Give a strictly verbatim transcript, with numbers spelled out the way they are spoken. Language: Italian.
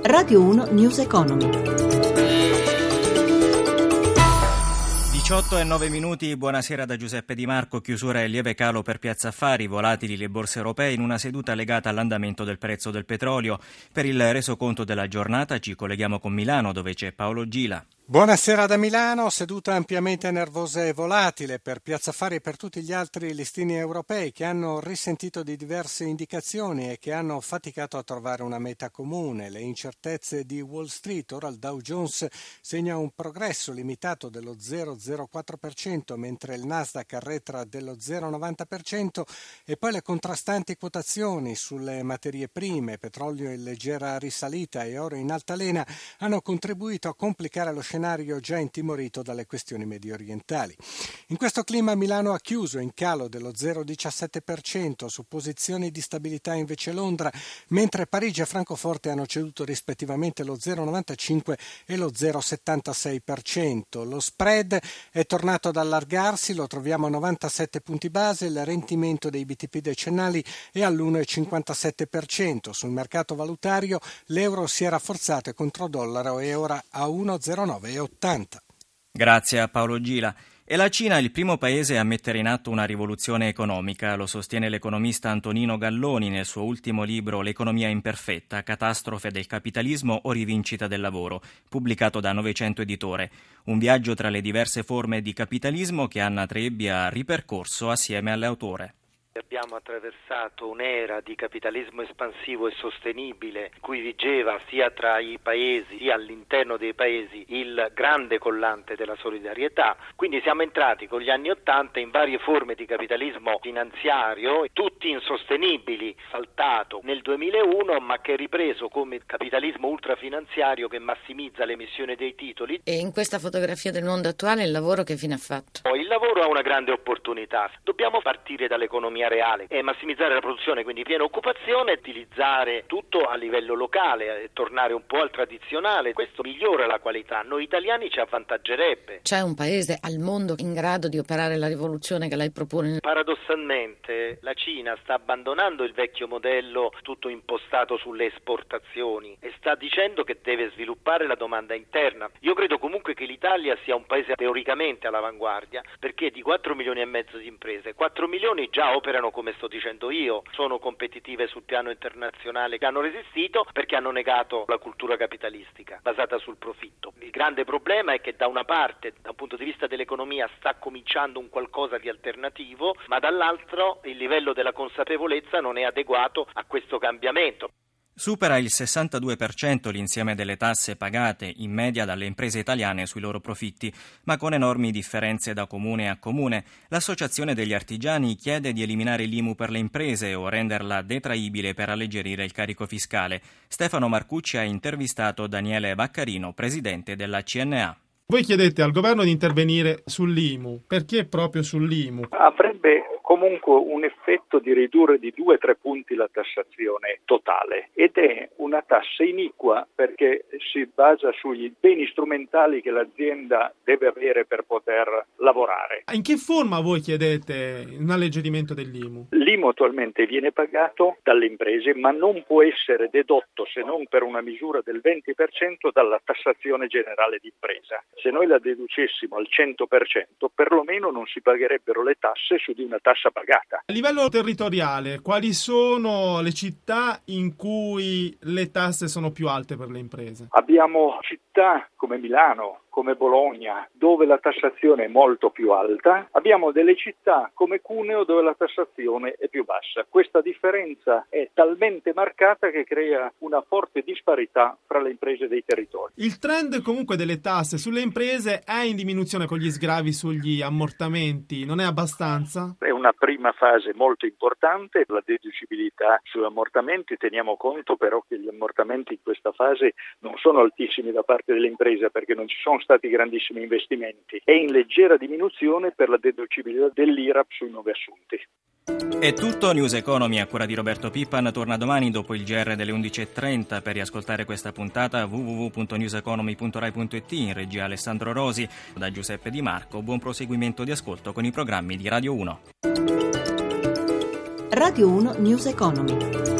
Radio uno News Economy. diciotto e nove minuti, buonasera da Giuseppe Di Marco. Chiusura e lieve calo per Piazza Affari, volatili le borse europee in una seduta legata all'andamento del prezzo del petrolio. Per il resoconto della giornata ci colleghiamo con Milano, dove c'è Paolo Gila. Buonasera da Milano, seduta ampiamente nervosa e volatile per Piazza Affari e per tutti gli altri listini europei che hanno risentito di diverse indicazioni e che hanno faticato a trovare una meta comune. Le incertezze di Wall Street, ora il Dow Jones segna un progresso limitato dello zero virgola zero quattro per cento, mentre il Nasdaq arretra dello zero virgola novanta per cento, e poi le contrastanti quotazioni sulle materie prime, petrolio in leggera risalita e oro in altalena, hanno contribuito a complicare lo scenario già intimorito dalle questioni mediorientali. In questo clima Milano ha chiuso in calo dello zero virgola diciassette per cento, su posizioni di stabilità invece Londra, mentre Parigi e Francoforte hanno ceduto rispettivamente lo zero virgola novantacinque e lo zero virgola settantasei per cento. Lo spread è tornato ad allargarsi, lo troviamo a novantasette punti base, il rendimento dei B T P decennali è all'uno virgola cinquantasette per cento. Sul mercato valutario l'euro si è rafforzato e contro dollaro è ora a uno virgola zero nove ottanta. Grazie a Paolo Gila. È la Cina il primo paese a mettere in atto una rivoluzione economica, lo sostiene l'economista Antonino Galloni nel suo ultimo libro L'economia imperfetta, catastrofe del capitalismo o rivincita del lavoro, pubblicato da Novecento Editore. Un viaggio tra le diverse forme di capitalismo che Anna Trebbi ha ripercorso assieme all'autore. Abbiamo attraversato un'era di capitalismo espansivo e sostenibile in cui vigeva sia tra i paesi sia all'interno dei paesi il grande collante della solidarietà. Quindi siamo entrati con gli anni Ottanta in varie forme di capitalismo finanziario, tutti insostenibili, saltato nel duemilauno, ma che è ripreso come capitalismo ultrafinanziario che massimizza l'emissione dei titoli. E in questa fotografia del mondo attuale il lavoro che fine ha fatto? Il lavoro ha una grande opportunità. Dobbiamo partire dall'economia reale e massimizzare la produzione, quindi piena occupazione, utilizzare tutto a livello locale, tornare un po' al tradizionale. Questo migliora la qualità. Noi italiani ci avvantaggerebbe. C'è un paese al mondo in grado di operare la rivoluzione che lei propone? Paradossalmente la Cina sta abbandonando il vecchio modello tutto impostato sulle esportazioni e sta dicendo che deve sviluppare la domanda interna. Io credo comunque che l'Italia sia un paese teoricamente all'avanguardia, perché di quattro milioni e mezzo di imprese, quattro milioni già operano come sto dicendo io, sono competitive sul piano internazionale, che hanno resistito perché hanno negato la cultura capitalistica basata sul profitto. Il grande problema è che da una parte, da un punto di vista dell'economia, sta cominciando un qualcosa di alternativo, ma dall'altro il livello della consapevolezza non è adeguato a questo cambiamento. Supera il sessantadue per cento l'insieme delle tasse pagate in media dalle imprese italiane sui loro profitti, ma con enormi differenze da comune a comune. L'Associazione degli Artigiani chiede di eliminare l'I M U per le imprese o renderla detraibile per alleggerire il carico fiscale. Stefano Marcucci ha intervistato Daniele Vaccarino, presidente della C N A. Voi chiedete al governo di intervenire sull'I M U. Perché proprio sull'I M U? Avrebbe comunque un effetto di ridurre di due o tre punti la tassazione totale ed è una tassa iniqua perché si basa sui beni strumentali che l'azienda deve avere per poter lavorare. In che forma voi chiedete un alleggerimento dell'I M U? L'I M U attualmente viene pagato dalle imprese ma non può essere dedotto se non per una misura del venti per cento dalla tassazione generale d'impresa. Se noi la deducessimo al cento per cento perlomeno non si pagherebbero le tasse su di una tassa pagata. A livello territoriale, quali sono le città in cui le tasse sono più alte per le imprese? Abbiamo città come Milano, come Bologna, dove la tassazione è molto più alta. Abbiamo delle città come Cuneo dove la tassazione è più bassa. Questa differenza è talmente marcata che crea una forte disparità fra le imprese dei territori. Il trend comunque delle tasse sulle imprese è in diminuzione con gli sgravi sugli ammortamenti, non è abbastanza? È una prima fase molto importante, la deducibilità sugli ammortamenti. Teniamo conto però che gli ammortamenti in questa fase non sono altissimi da parte delle imprese perché non ci sono stati grandissimi investimenti. È in leggera diminuzione per la deducibilità dell'I R A P sui nuovi assunti. È tutto. News Economy a cura di Roberto Pippan torna domani dopo il G R delle undici e trenta. Per riascoltare questa puntata w w w punto news economy punto rai punto it. In regia Alessandro Rosi. Da Giuseppe Di Marco, buon proseguimento di ascolto con i programmi di Radio uno. Radio uno News Economy.